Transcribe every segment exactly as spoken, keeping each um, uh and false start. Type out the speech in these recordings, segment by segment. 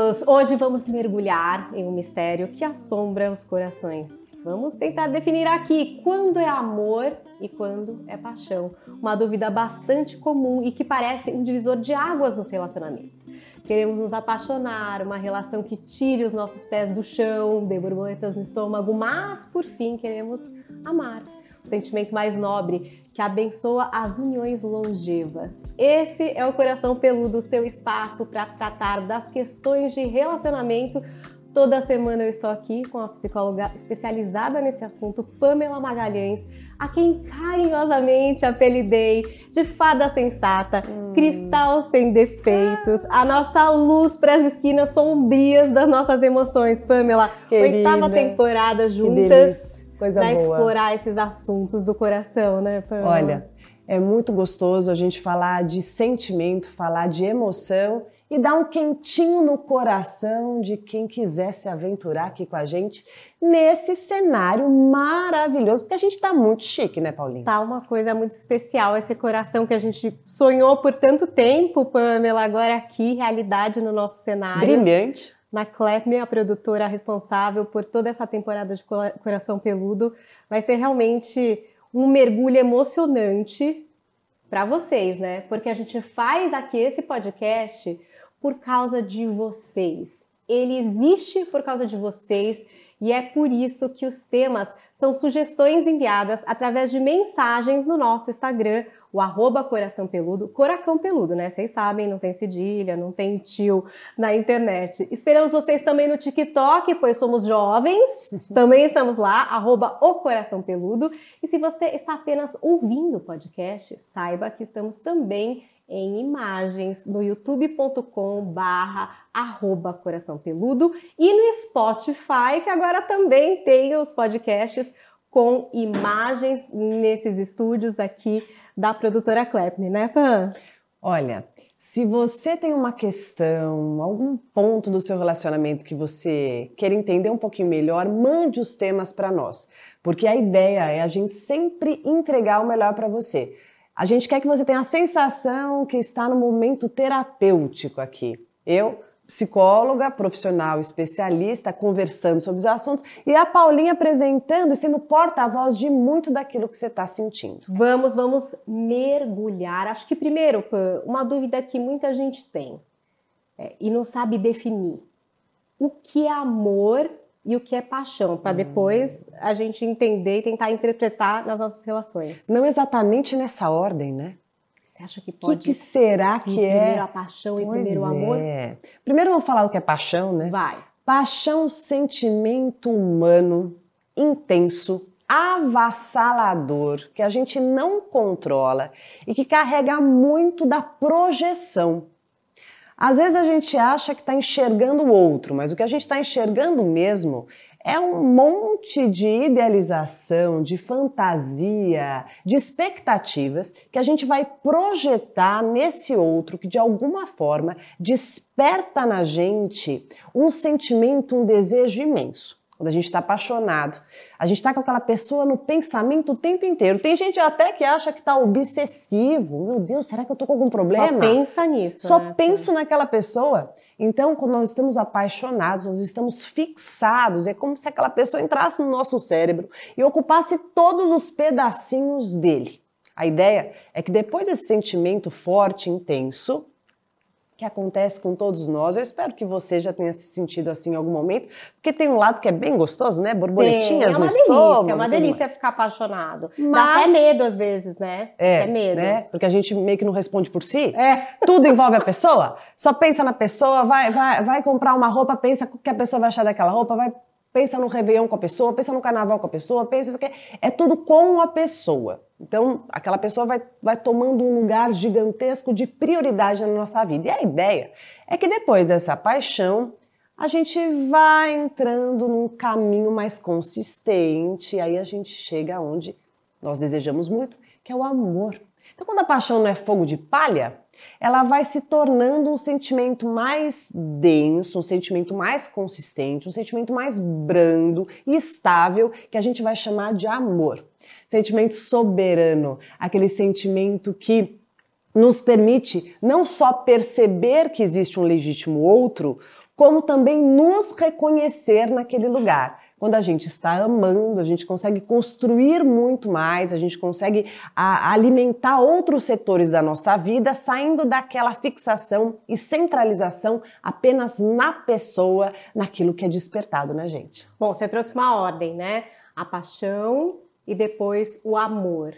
queridos! Hoje vamos mergulhar em um mistério que assombra os corações. Vamos tentar definir aqui quando é amor e quando é paixão. Uma dúvida bastante comum e que parece um divisor de águas nos relacionamentos. Queremos nos apaixonar, uma relação que tire os nossos pés do chão, dê borboletas no estômago, mas por fim queremos amar. O sentimento mais nobre que abençoa as uniões longevas. Esse é o Coração Peludo, seu espaço para tratar das questões de relacionamento. Toda semana eu estou aqui com a psicóloga especializada nesse assunto, Pamela Magalhães, a quem carinhosamente apelidei de fada sensata, hum. cristal sem defeitos, a nossa luz para as esquinas sombrias das nossas emoções. Pamela, querida, oitava temporada juntas. Para explorar esses assuntos do coração, né, Pamela? Olha, é muito gostoso a gente falar de sentimento, falar de emoção e dar um quentinho no coração de quem quiser se aventurar aqui com a gente nesse cenário maravilhoso, porque a gente tá muito chique, né, Paulinha? Tá uma coisa muito especial, esse coração que a gente sonhou por tanto tempo, Pamela, agora aqui, realidade no nosso cenário. Brilhante. Na Clepme, a produtora responsável por toda essa temporada de Coração Peludo. Vai ser realmente um mergulho emocionante para vocês, né? Porque a gente faz aqui esse podcast por causa de vocês. Ele existe por causa de vocês e é por isso que os temas são sugestões enviadas através de mensagens no nosso Instagram, o arroba Coração Peludo, Coracão Peludo, né? Vocês sabem, não tem cedilha, não tem tio na internet. Esperamos vocês também no TikTok, pois somos jovens, também estamos lá, arroba o Coração Peludo. E se você está apenas ouvindo o podcast, saiba que estamos também em imagens no youtube ponto com barra arroba Coração Peludo e no Spotify, que agora também tem os podcasts com imagens nesses estúdios aqui da produtora Clepme, né, Pam? Olha, se você tem uma questão, algum ponto do seu relacionamento que você quer entender um pouquinho melhor, mande os temas para nós, porque a ideia é a gente sempre entregar o melhor para você. A gente quer que você tenha a sensação que está no momento terapêutico aqui. Eu, psicóloga, profissional, especialista, conversando sobre os assuntos, e a Paulinha apresentando e sendo porta-voz de muito daquilo que você está sentindo. Vamos, vamos mergulhar. Acho que primeiro, Pam, uma dúvida que muita gente tem é, e não sabe definir. O que é amor e o que é paixão, para depois a gente entender e tentar interpretar nas nossas relações. Não exatamente nessa ordem, né? Você acha que pode? O que, que será que é? Primeiro a paixão e pois primeiro o amor? É. Primeiro vamos falar do que é paixão, né? Vai. Paixão, sentimento humano, intenso, avassalador, que a gente não controla e que carrega muito da projeção. Às vezes a gente acha que está enxergando o outro, mas o que a gente está enxergando mesmo é um monte de idealização, de fantasia, de expectativas que a gente vai projetar nesse outro que de alguma forma desperta na gente um sentimento, um desejo imenso. Quando a gente está apaixonado, a gente está com aquela pessoa no pensamento o tempo inteiro. Tem gente até que acha que está obsessivo. Meu Deus, será que eu estou com algum problema? Só pensa nisso. Só né? penso naquela pessoa. Então, quando nós estamos apaixonados, nós estamos fixados. É como se aquela pessoa entrasse no nosso cérebro e ocupasse todos os pedacinhos dele. A ideia é que depois desse sentimento forte, intenso, que acontece com todos nós. Eu espero que você já tenha se sentido assim em algum momento, porque tem um lado que é bem gostoso, né? Borboletinhas no estômago. É uma delícia, é uma delícia ficar apaixonado. Mas... Dá até medo às vezes, né? É, é medo. Né? Porque a gente meio que não responde por si. É. Tudo envolve a pessoa. Só pensa na pessoa, vai, vai, vai comprar uma roupa, pensa o que a pessoa vai achar daquela roupa, vai, pensa no Réveillon com a pessoa, pensa no Carnaval com a pessoa, pensa isso que é tudo com a pessoa. Então, aquela pessoa vai, vai tomando um lugar gigantesco de prioridade na nossa vida. E a ideia é que depois dessa paixão, a gente vai entrando num caminho mais consistente, aí a gente chega onde nós desejamos muito, que é o amor. Então, quando a paixão não é fogo de palha, ela vai se tornando um sentimento mais denso, um sentimento mais consistente, um sentimento mais brando e estável, que a gente vai chamar de amor. Sentimento soberano, aquele sentimento que nos permite não só perceber que existe um legítimo outro, como também nos reconhecer naquele lugar. Quando a gente está amando, a gente consegue construir muito mais, a gente consegue a, alimentar outros setores da nossa vida, saindo daquela fixação e centralização apenas na pessoa, naquilo que é despertado na gente. Bom, você trouxe uma ordem, né? A paixão e depois o amor.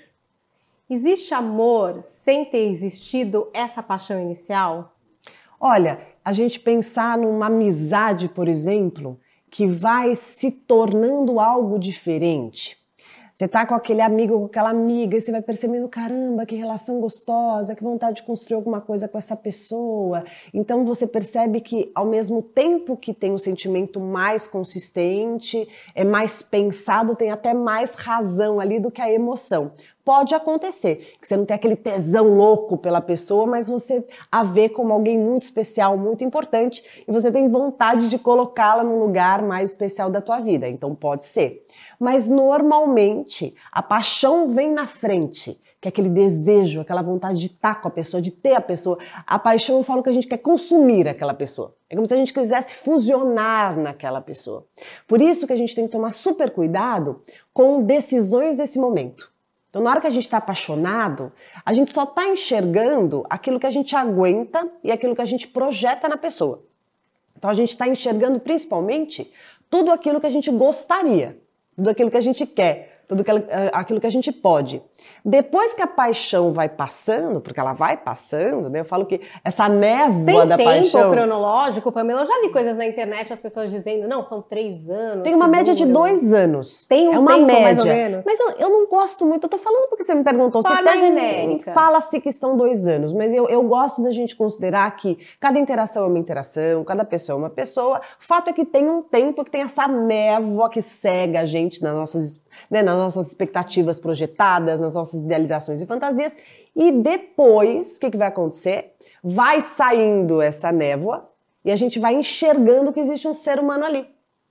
Existe amor sem ter existido essa paixão inicial? Olha, a gente pensar numa amizade, por exemplo, que vai se tornando algo diferente. Você tá com aquele amigo, com aquela amiga, e você vai percebendo, caramba, que relação gostosa, que vontade de construir alguma coisa com essa pessoa. Então você percebe que ao mesmo tempo que tem um sentimento mais consistente, é mais pensado, tem até mais razão ali do que a emoção. Pode acontecer, que você não tem aquele tesão louco pela pessoa, mas você a vê como alguém muito especial, muito importante, e você tem vontade de colocá-la num lugar mais especial da tua vida. Então pode ser. Mas normalmente a paixão vem na frente, que é aquele desejo, aquela vontade de estar com a pessoa, de ter a pessoa. A paixão, eu falo que a gente quer consumir aquela pessoa. É como se a gente quisesse fusionar naquela pessoa. Por isso que a gente tem que tomar super cuidado com decisões desse momento. Então, na hora que a gente está apaixonado, a gente só está enxergando aquilo que a gente aguenta e aquilo que a gente projeta na pessoa. Então, a gente está enxergando principalmente tudo aquilo que a gente gostaria, tudo aquilo que a gente quer, tudo aquilo que a gente pode. Depois que a paixão vai passando, porque ela vai passando, né? Eu falo que essa névoa da paixão... Tem tempo cronológico, Pamela? Eu já vi coisas na internet, as pessoas dizendo, não, são três anos. Tem uma média de dois anos. Tem um é uma tempo, média. mais ou menos. Mas eu, eu não gosto muito, eu tô falando porque você me perguntou. Forma se tem, genérica. Fala-se que são dois anos, mas eu, eu gosto da gente considerar que cada interação é uma interação, cada pessoa é uma pessoa. O fato é que tem um tempo que tem essa névoa que cega a gente nas nossas, né, nas nossas expectativas projetadas, nas nossas idealizações e fantasias, e depois, o que, que vai acontecer? Vai saindo essa névoa e a gente vai enxergando que existe um ser humano ali.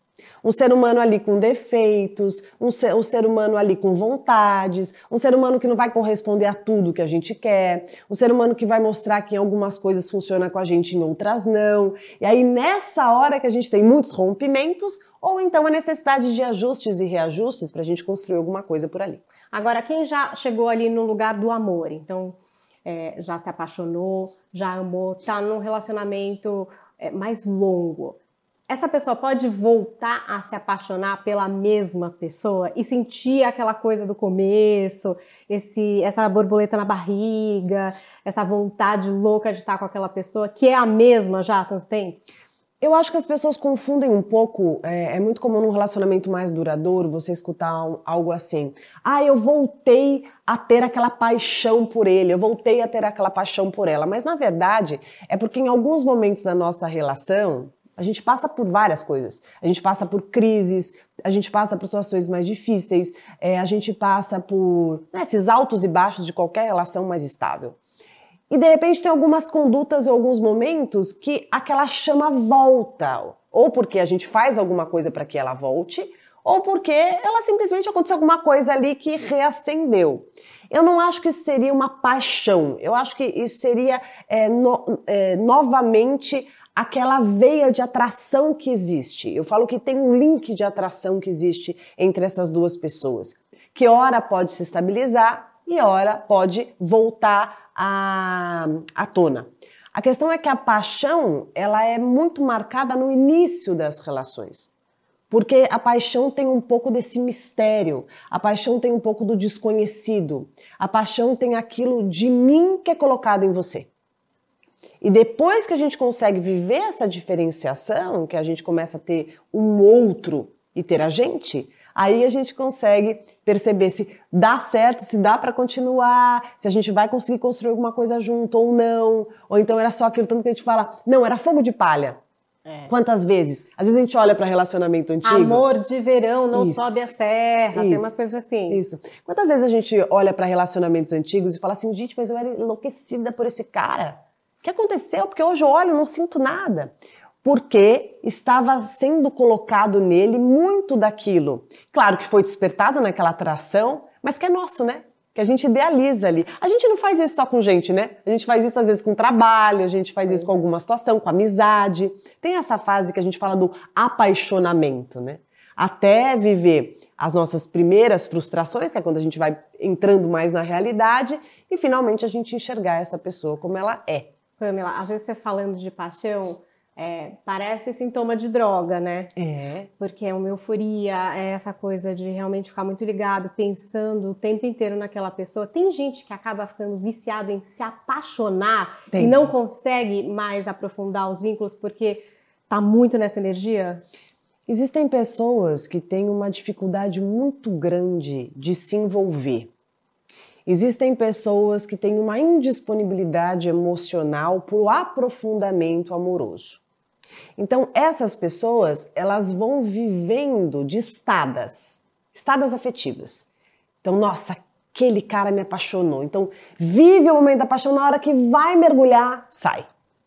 Um ser humano ali com defeitos, um ser, um ser humano ali com vontades, um ser humano que não vai corresponder a tudo que a gente quer, um ser humano que vai mostrar que em algumas coisas funciona com a gente, em outras não. E aí nessa hora que a gente tem muitos rompimentos, ou então a necessidade de ajustes e reajustes para a gente construir alguma coisa por ali. Agora, quem já chegou ali no lugar do amor, então é, já se apaixonou, já amou, tá num relacionamento é, mais longo, essa pessoa pode voltar a se apaixonar pela mesma pessoa e sentir aquela coisa do começo, esse, essa borboleta na barriga, essa vontade louca de estar com aquela pessoa, que é a mesma já há tanto tempo? Eu acho que as pessoas confundem um pouco, é, é muito comum num relacionamento mais duradouro você escutar um, algo assim, ah, eu voltei a ter aquela paixão por ele, eu voltei a ter aquela paixão por ela, mas na verdade é porque em alguns momentos da nossa relação, a gente passa por várias coisas, a gente passa por crises, a gente passa por situações mais difíceis, é, a gente passa por né, esses altos e baixos de qualquer relação mais estável. E de repente tem algumas condutas ou alguns momentos que aquela chama volta, ou porque a gente faz alguma coisa para que ela volte, ou porque ela simplesmente aconteceu alguma coisa ali que reacendeu. Eu não acho que isso seria uma paixão, eu acho que isso seria é, no, é, novamente aquela veia de atração que existe. Eu falo que tem um link de atração que existe entre essas duas pessoas, que ora pode se estabilizar e ora pode voltar à, à tona. A questão é que a paixão, ela é muito marcada no início das relações. Porque a paixão tem um pouco desse mistério, a paixão tem um pouco do desconhecido, a paixão tem aquilo de mim que é colocado em você. E depois que a gente consegue viver essa diferenciação, que a gente começa a ter um outro e ter a gente, aí a gente consegue perceber se dá certo, se dá para continuar, se a gente vai conseguir construir alguma coisa junto ou não, ou então era só aquilo tanto que a gente fala, não, era fogo de palha. É. Quantas vezes? Às vezes a gente olha para relacionamento antigo. Amor de verão não isso, sobe a serra, isso, tem umas coisas assim. Isso. Quantas vezes a gente olha para relacionamentos antigos e fala assim, gente, mas eu era enlouquecida por esse cara. O que aconteceu? Porque hoje eu olho e não sinto nada. Porque estava sendo colocado nele muito daquilo. Claro que foi despertado naquela atração, mas que é nosso, né? que a gente idealiza ali. A gente não faz isso só com gente, né? A gente faz isso às vezes com trabalho, a gente faz isso com alguma situação, com amizade. Tem essa fase que a gente fala do apaixonamento, né? Até viver as nossas primeiras frustrações, que é quando a gente vai entrando mais na realidade, e finalmente a gente enxergar essa pessoa como ela é. Pamela, às vezes você falando de paixão, é, parece sintoma de droga, né? É. Porque é uma euforia, é essa coisa de realmente ficar muito ligado, pensando o tempo inteiro naquela pessoa. Tem gente que acaba ficando viciado em se apaixonar Tem. e não consegue mais aprofundar os vínculos porque tá muito nessa energia? Existem pessoas que têm uma dificuldade muito grande de se envolver. Existem pessoas que têm uma indisponibilidade emocional para o aprofundamento amoroso. Então, essas pessoas, elas vão vivendo de estadas, estadas afetivas. Então, nossa, aquele cara me apaixonou. Então, vive o momento da paixão, na hora que vai mergulhar, sai.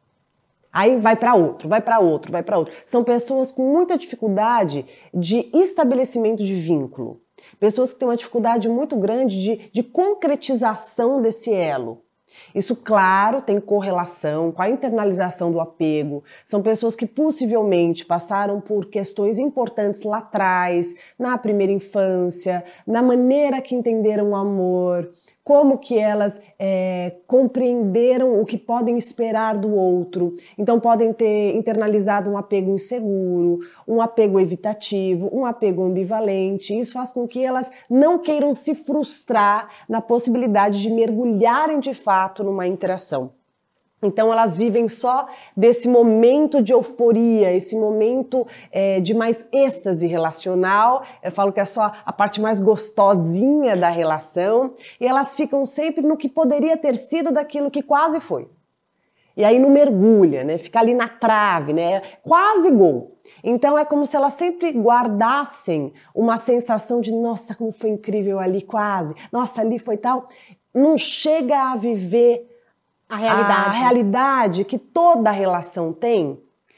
Aí vai para outro, vai para outro, vai para outro. São pessoas com muita dificuldade de estabelecimento de vínculo. Pessoas que têm uma dificuldade muito grande de, de concretização desse elo. Isso, claro, tem correlação com a internalização do apego. São pessoas que possivelmente passaram por questões importantes lá atrás, na primeira infância, na maneira que entenderam o amor, como que elas é, compreenderam o que podem esperar do outro. Então podem ter internalizado um apego inseguro, um apego evitativo, um apego ambivalente. Isso faz com que elas não queiram se frustrar na possibilidade de mergulharem de fato numa interação. Então elas vivem só desse momento de euforia, esse momento é, de mais êxtase relacional. Eu falo que é só a parte mais gostosinha da relação. E elas ficam sempre no que poderia ter sido daquilo que quase foi. E aí não mergulha, né? Fica ali na trave, né? Quase gol. Então é como se elas sempre guardassem uma sensação de nossa, como foi incrível ali, quase. Nossa, ali foi tal. Não chega a viver A realidade. A realidade que toda relação tem,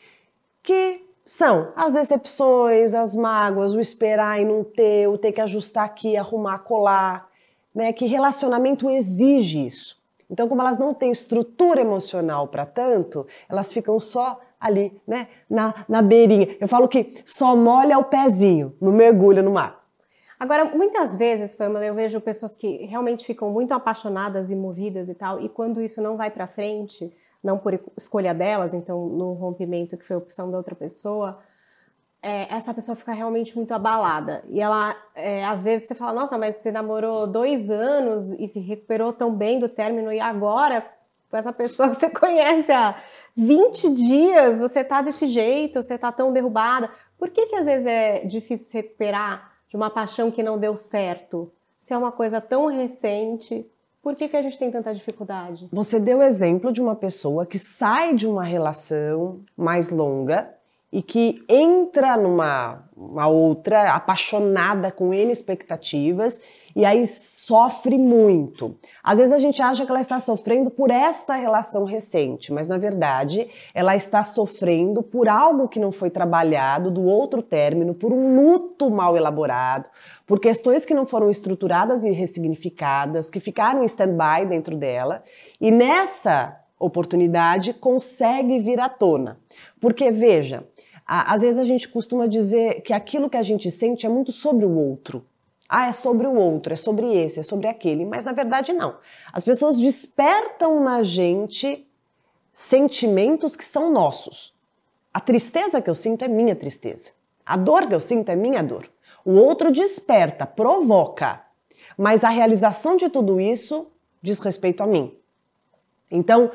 que são as decepções, as mágoas, o esperar e não ter, o ter que ajustar aqui, arrumar, colar, né? Que relacionamento exige isso. Então, como elas não têm estrutura emocional para tanto, elas ficam só ali, né? Na, na beirinha. Eu falo que só molha o pezinho, não mergulha no mar. Agora, muitas vezes, Pamela, eu vejo pessoas que realmente ficam muito apaixonadas e movidas e tal, e quando isso não vai pra frente, não por escolha delas, então no rompimento que foi a opção da outra pessoa, é, essa pessoa fica realmente muito abalada. E ela, é, às vezes você fala, nossa, mas você namorou dois anos e se recuperou tão bem do término, e agora, com essa pessoa que você conhece há vinte dias, você tá desse jeito, você tá tão derrubada. Por que que às vezes é difícil se recuperar de uma paixão que não deu certo? Se é uma coisa tão recente, por que que a gente tem tanta dificuldade? Você deu o exemplo de uma pessoa que sai de uma relação mais longa e que entra numa uma outra apaixonada com N expectativas e aí sofre muito. Às vezes a gente acha que ela está sofrendo por esta relação recente, mas na verdade ela está sofrendo por algo que não foi trabalhado do outro término, por um luto mal elaborado, por questões que não foram estruturadas e ressignificadas, que ficaram em stand-by dentro dela, e nessa oportunidade consegue vir à tona. Porque, veja, às vezes a gente costuma dizer que aquilo que a gente sente é muito sobre o outro. Ah, é sobre o outro, é sobre esse, é sobre aquele. Mas na verdade não. As pessoas despertam na gente sentimentos que são nossos. A tristeza que eu sinto é minha tristeza. A dor que eu sinto é minha dor. O outro desperta, provoca. Mas a realização de tudo isso diz respeito a mim. Então,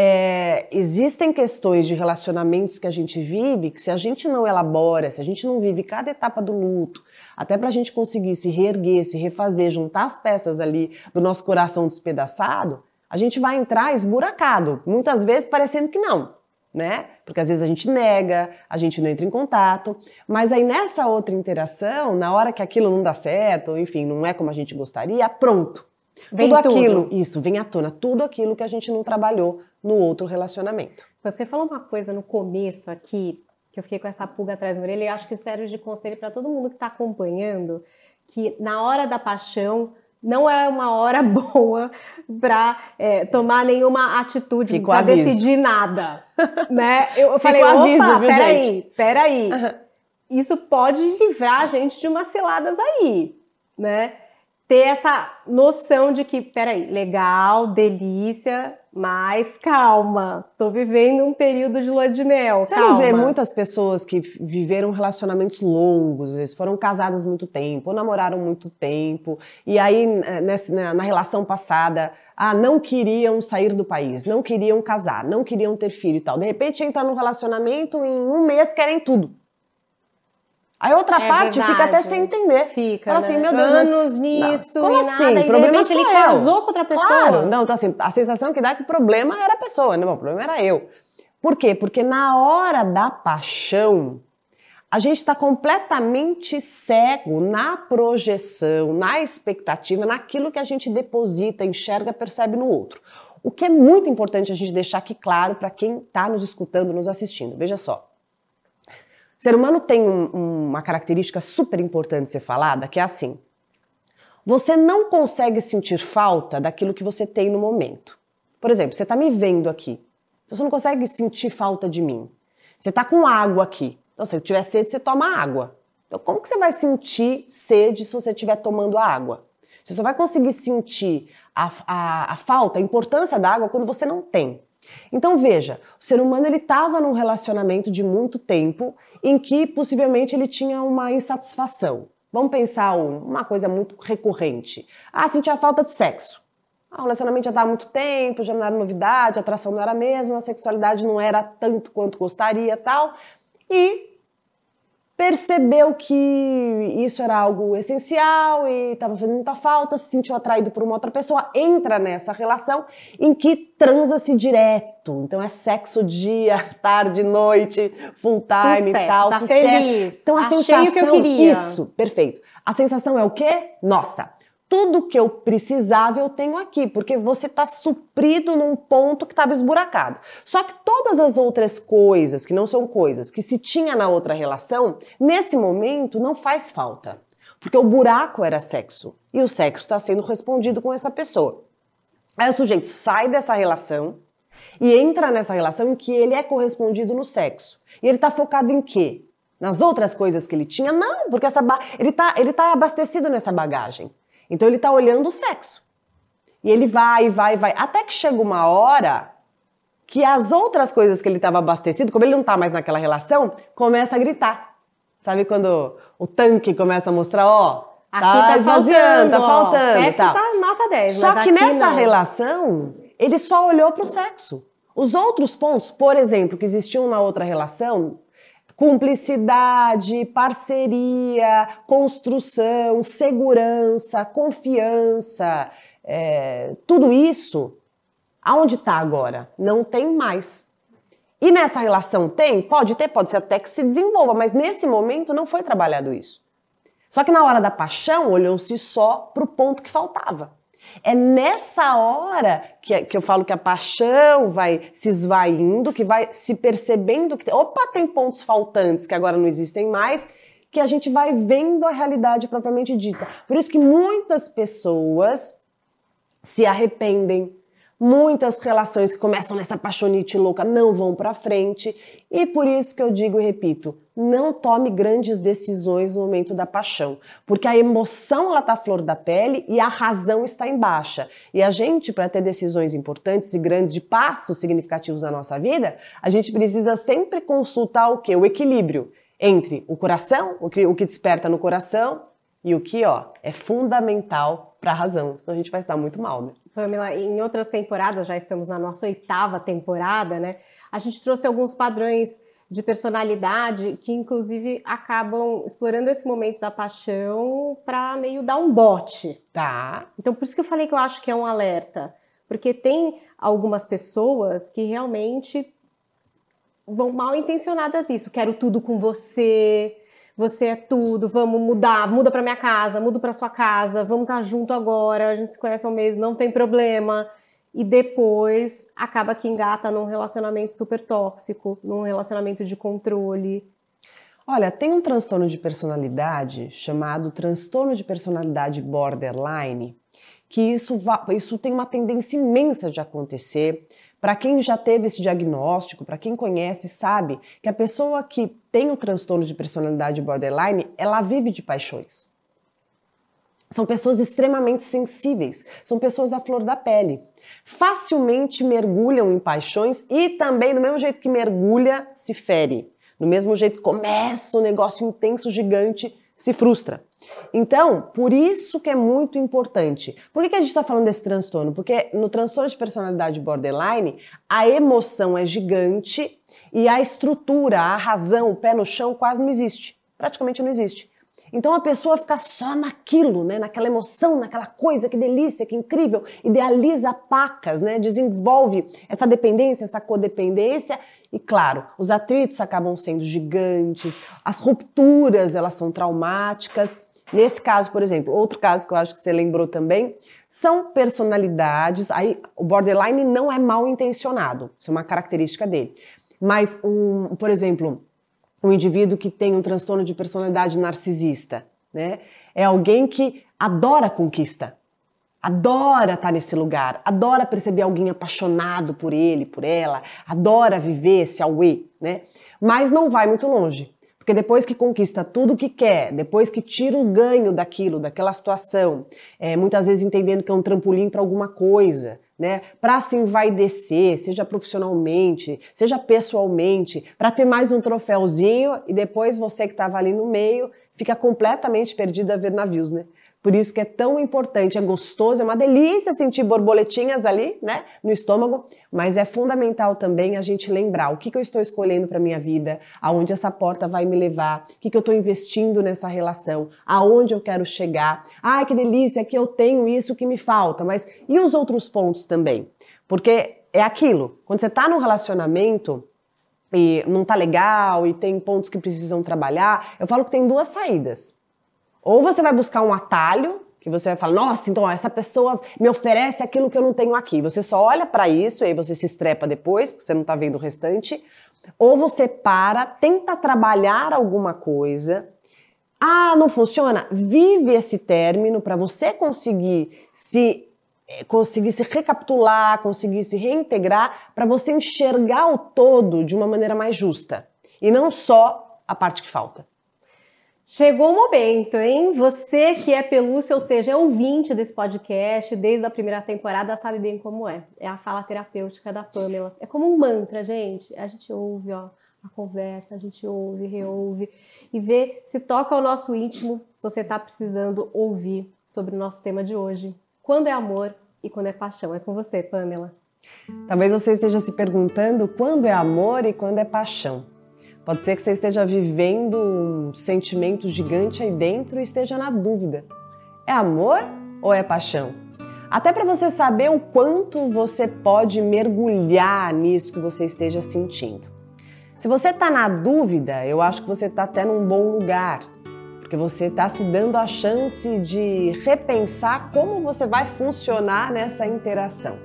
é, existem questões de relacionamentos que a gente vive que se a gente não elabora, se a gente não vive cada etapa do luto, até para a gente conseguir se reerguer, se refazer, juntar as peças ali do nosso coração despedaçado, a gente vai entrar esburacado, muitas vezes parecendo que não, né? Porque às vezes a gente nega, a gente não entra em contato, mas aí nessa outra interação, na hora que aquilo não dá certo, enfim, não é como a gente gostaria, pronto. Vem tudo tudo. aquilo, isso, vem à tona, tudo aquilo que a gente não trabalhou no outro relacionamento. Você falou uma coisa no começo aqui, que eu fiquei com essa pulga atrás da orelha, e acho que serve de conselho para todo mundo que está acompanhando, que na hora da paixão não é uma hora boa para é, tomar nenhuma atitude, para decidir nada, né? Eu, eu falei, opa, aviso, viu, peraí, gente? peraí. Isso pode livrar a gente de umas ciladas aí, né? Ter essa noção de que, peraí, legal, delícia, mas calma, tô vivendo um período de lua de mel, Você calma. não vê muitas pessoas que viveram relacionamentos longos, eles foram casadas muito tempo, ou namoraram muito tempo, e aí nessa, na relação passada, ah, não queriam sair do país, não queriam casar, não queriam ter filho e tal. De repente entra num relacionamento, em um mês querem tudo. Aí a outra é parte verdade. Fica até sem entender. Fica, Fala assim, né? meu Deus, anos mas, nisso como e assim? nada, O problema e de repente ele eu. casou com outra pessoa. Claro, não, então assim, a sensação que dá é que o problema era a pessoa, não, o problema era eu. Por quê? Porque na hora da paixão, a gente está completamente cego na projeção, na expectativa, naquilo que a gente deposita, enxerga, percebe no outro. O que é muito importante a gente deixar aqui claro para quem está nos escutando, nos assistindo. Veja só. O ser humano tem um, uma característica super importante de ser falada, que é assim. Você não consegue sentir falta daquilo que você tem no momento. Por exemplo, você está me vendo aqui. Você não consegue sentir falta de mim. Você está com água aqui. Então, se tiver sede, você toma água. Então, como que você vai sentir sede se você estiver tomando a água? Você só vai conseguir sentir a, a, a falta, a importância da água quando você não tem. Então veja, o ser humano ele estava num relacionamento de muito tempo em que possivelmente ele tinha uma insatisfação. Vamos pensar uma coisa muito recorrente. Ah, sentia falta de sexo. Ah, o relacionamento já estava há muito tempo, já não era novidade, a atração não era a mesma, a sexualidade não era tanto quanto gostaria e tal. E percebeu que isso era algo essencial e estava fazendo muita falta, se sentiu atraído por uma outra pessoa, entra nessa relação em que transa-se direto. Então é sexo dia, tarde, noite, full time sucesso, e tal. Tá sucesso. Feliz. Então a Achei sensação, o que eu queria. Isso, perfeito. A sensação é o quê? Nossa, tudo que eu precisava eu tenho aqui, porque você está suprido num ponto que estava esburacado. Só que todas as outras coisas, que não são coisas, que se tinha na outra relação, nesse momento não faz falta. Porque o buraco era sexo. E o sexo está sendo respondido com essa pessoa. Aí o sujeito sai dessa relação e entra nessa relação em que ele é correspondido no sexo. E ele está focado em quê? Nas outras coisas que ele tinha? Não, porque essa ba... ele está ele tá abastecido nessa bagagem. Então ele está olhando o sexo. E ele vai, vai, vai. Até que chega uma hora que as outras coisas que ele estava abastecido, como ele não está mais naquela relação, começa a gritar. Sabe quando o tanque começa a mostrar, ó, aqui tá, tá esvaziando, tá ó, faltando. Sexo tal. Tá nota dez, Só mas que aqui nessa não. relação, ele só olhou para o sexo. Os outros pontos, por exemplo, que existiam na outra relação, cumplicidade, parceria, construção, segurança, confiança, é, tudo isso, aonde está agora? Não tem mais. E nessa relação tem? Pode ter, pode ser até que se desenvolva, mas nesse momento não foi trabalhado isso. Só que na hora da paixão, olhou-se só para o ponto que faltava. É nessa hora que, que eu falo que a paixão vai se esvaindo, que vai se percebendo que, opa, tem pontos faltantes que agora não existem mais, que a gente vai vendo a realidade propriamente dita. Por isso que muitas pessoas se arrependem, muitas relações que começam nessa paixonite louca não vão pra frente, e por isso que eu digo e repito, não tome grandes decisões no momento da paixão, porque a emoção ela tá à flor da pele e a razão está em baixa. E a gente, para ter decisões importantes e grandes de passos significativos na nossa vida, a gente precisa sempre consultar o quê? O equilíbrio entre o coração, o que, o que desperta no coração, e o que, ó, é fundamental para a razão, senão a gente vai se dar muito mal, né? Pamela, em outras temporadas, já estamos na nossa oitava temporada, né? A gente trouxe alguns padrões de personalidade que, inclusive, acabam explorando esse momento da paixão para meio dar um bote. Tá. Então, por isso que eu falei que eu acho que é um alerta. Porque tem algumas pessoas que realmente vão mal intencionadas nisso. Quero tudo com você... Você é tudo, vamos mudar, muda pra minha casa, muda pra sua casa, vamos estar junto agora, a gente se conhece há um mês, não tem problema. E depois acaba que engata num relacionamento super tóxico, num relacionamento de controle. Olha, tem um transtorno de personalidade chamado transtorno de personalidade borderline, que isso, va- isso tem uma tendência imensa de acontecer. Para quem já teve esse diagnóstico, para quem conhece, sabe que a pessoa que tem o transtorno de personalidade borderline, ela vive de paixões. São pessoas extremamente sensíveis, são pessoas à flor da pele. Facilmente mergulham em paixões e também, do mesmo jeito que mergulha, se fere. Do mesmo jeito que começa um negócio intenso, gigante, se frustra. Então, por isso que é muito importante. Por que que a gente está falando desse transtorno? Porque no transtorno de personalidade borderline, a emoção é gigante e a estrutura, a razão, o pé no chão quase não existe. Praticamente não existe. Então a pessoa fica só naquilo, né? Naquela emoção, naquela coisa, que delícia, que incrível, idealiza pacas, né? Desenvolve essa dependência, essa codependência e, claro, os atritos acabam sendo gigantes, as rupturas, elas são traumáticas. Nesse caso, por exemplo, outro caso que eu acho que você lembrou também, são personalidades, aí o borderline não é mal intencionado, isso é uma característica dele, mas, um, por exemplo, um indivíduo que tem um transtorno de personalidade narcisista, né? É alguém que adora conquista, adora estar nesse lugar, adora perceber alguém apaixonado por ele, por ela, adora viver esse auê, né? Mas não vai muito longe, porque depois que conquista tudo o que quer, depois que tira o ganho daquilo, daquela situação, é, muitas vezes entendendo que é um trampolim para alguma coisa, né, para se envaidecer, seja profissionalmente, seja pessoalmente, para ter mais um troféuzinho e depois você que estava ali no meio fica completamente perdido a ver navios, né? Por isso que é tão importante, é gostoso, é uma delícia sentir borboletinhas ali, né, no estômago, mas é fundamental também a gente lembrar o que, que eu estou escolhendo para minha vida, aonde essa porta vai me levar, o que, que eu estou investindo nessa relação, aonde eu quero chegar. Ai, que delícia, que eu tenho isso que me falta, mas e os outros pontos também? Porque é aquilo, quando você está num relacionamento e não tá legal e tem pontos que precisam trabalhar, eu falo que tem duas saídas. Ou você vai buscar um atalho, que você vai falar, nossa, então ó, essa pessoa me oferece aquilo que eu não tenho aqui. Você só olha para isso e aí você se estrepa depois, porque você não tá vendo o restante. Ou você para, tenta trabalhar alguma coisa. Ah, não funciona? Vive esse término para você conseguir se, conseguir se recapitular, conseguir se reintegrar, para você enxergar o todo de uma maneira mais justa. E não só a parte que falta. Chegou o momento, hein? Você que é pelúcia, ou seja, é ouvinte desse podcast desde a primeira temporada, sabe bem como é. É a fala terapêutica da Pamela. É como um mantra, gente. A gente ouve, ó, a conversa, a gente ouve, reouve e vê se toca ao nosso íntimo, se você está precisando ouvir sobre o nosso tema de hoje. Quando é amor e quando é paixão? É com você, Pamela. Talvez você esteja se perguntando quando é amor e quando é paixão. Pode ser que você esteja vivendo um sentimento gigante aí dentro e esteja na dúvida. É amor ou é paixão? Até para você saber o quanto você pode mergulhar nisso que você esteja sentindo. Se você está na dúvida, eu acho que você está até num bom lugar, porque você está se dando a chance de repensar como você vai funcionar nessa interação.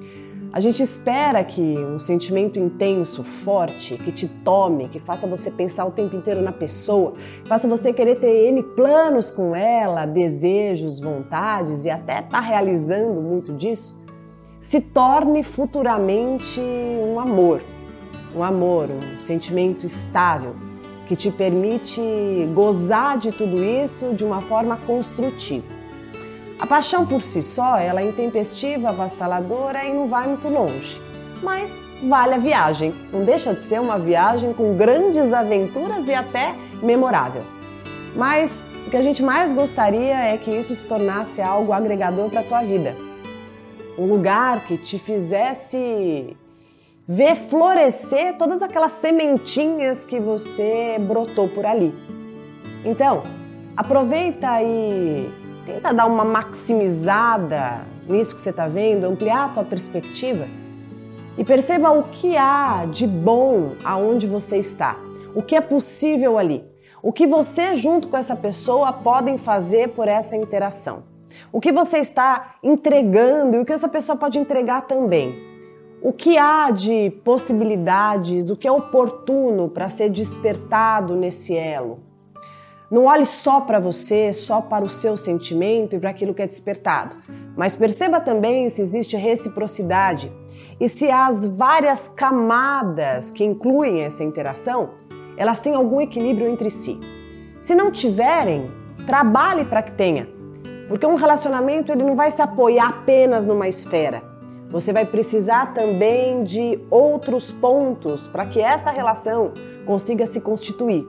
A gente espera que um sentimento intenso, forte, que te tome, que faça você pensar o tempo inteiro na pessoa, faça você querer ter N planos com ela, desejos, vontades e até estar realizando muito disso, se torne futuramente um amor, um amor, um sentimento estável, que te permite gozar de tudo isso de uma forma construtiva. A paixão por si só, ela é intempestiva, avassaladora e não vai muito longe. Mas vale a viagem. Não deixa de ser uma viagem com grandes aventuras e até memorável. Mas o que a gente mais gostaria é que isso se tornasse algo agregador para a tua vida. Um lugar que te fizesse ver florescer todas aquelas sementinhas que você brotou por ali. Então, aproveita e tenta dar uma maximizada nisso que você está vendo, ampliar a tua perspectiva e perceba o que há de bom aonde você está, o que é possível ali, o que você junto com essa pessoa podem fazer por essa interação, o que você está entregando e o que essa pessoa pode entregar também, o que há de possibilidades, o que é oportuno para ser despertado nesse elo. Não olhe só para você, só para o seu sentimento e para aquilo que é despertado, mas perceba também se existe reciprocidade e se as várias camadas que incluem essa interação, elas têm algum equilíbrio entre si. Se não tiverem, trabalhe para que tenha, porque um relacionamento ele não vai se apoiar apenas numa esfera. Você vai precisar também de outros pontos para que essa relação consiga se constituir.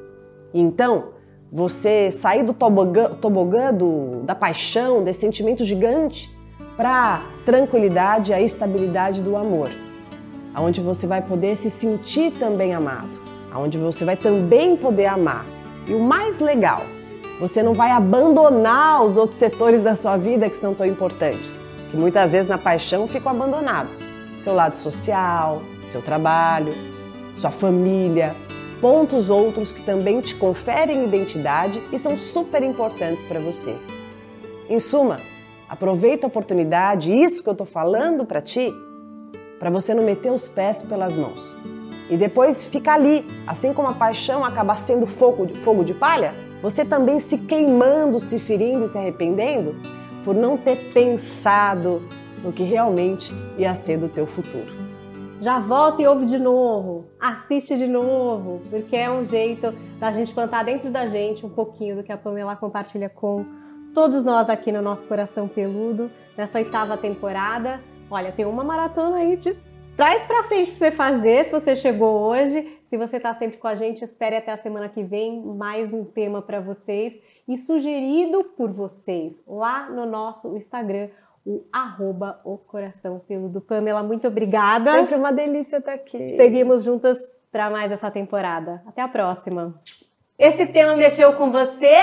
Então, você sair do tobogã, tobogã do, da paixão, desse sentimento gigante, para a tranquilidade e a estabilidade do amor, onde você vai poder se sentir também amado, onde você vai também poder amar. E o mais legal, você não vai abandonar os outros setores da sua vida que são tão importantes, que muitas vezes na paixão ficam abandonados. Seu lado social, seu trabalho, sua família, pontos outros que também te conferem identidade e são super importantes para você. Em suma, aproveita a oportunidade, isso que eu estou falando para ti, para você não meter os pés pelas mãos. E depois fica ali, assim como a paixão acaba sendo fogo de, fogo de palha, você também se queimando, se ferindo e se arrependendo por não ter pensado no que realmente ia ser do teu futuro. Já volta e ouve de novo, assiste de novo, porque é um jeito da gente plantar dentro da gente um pouquinho do que a Pamela compartilha com todos nós aqui no nosso Coração Peludo, nessa oitava temporada. Olha, tem uma maratona aí de trás pra frente pra você fazer, se você chegou hoje. Se você tá sempre com a gente, espere até a semana que vem, mais um tema para vocês e sugerido por vocês lá no nosso Instagram, o arroba o Coração Peludo. Pamela, muito obrigada. Sempre uma delícia estar aqui. Seguimos juntas para mais essa temporada. Até a próxima. Esse tema mexeu com você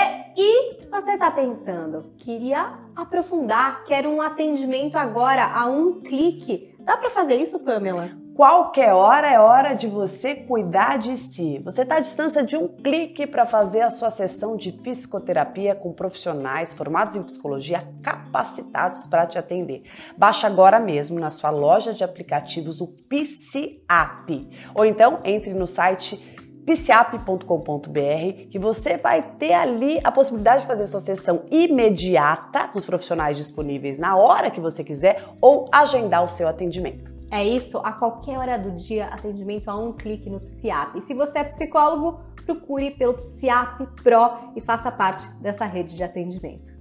e você tá pensando, queria aprofundar, quero um atendimento agora a um clique. Dá para fazer isso, Pamela? Qualquer hora é hora de você cuidar de si. Você está à distância de um clique para fazer a sua sessão de psicoterapia com profissionais formados em psicologia capacitados para te atender. Baixe agora mesmo na sua loja de aplicativos o PsiApp. Ou então entre no site psiapp ponto com ponto br que você vai ter ali a possibilidade de fazer sua sessão imediata com os profissionais disponíveis na hora que você quiser ou agendar o seu atendimento. É isso, a qualquer hora do dia, atendimento a um clique no PsiApp. E se você é psicólogo, procure pelo PsiApp Pro e faça parte dessa rede de atendimento.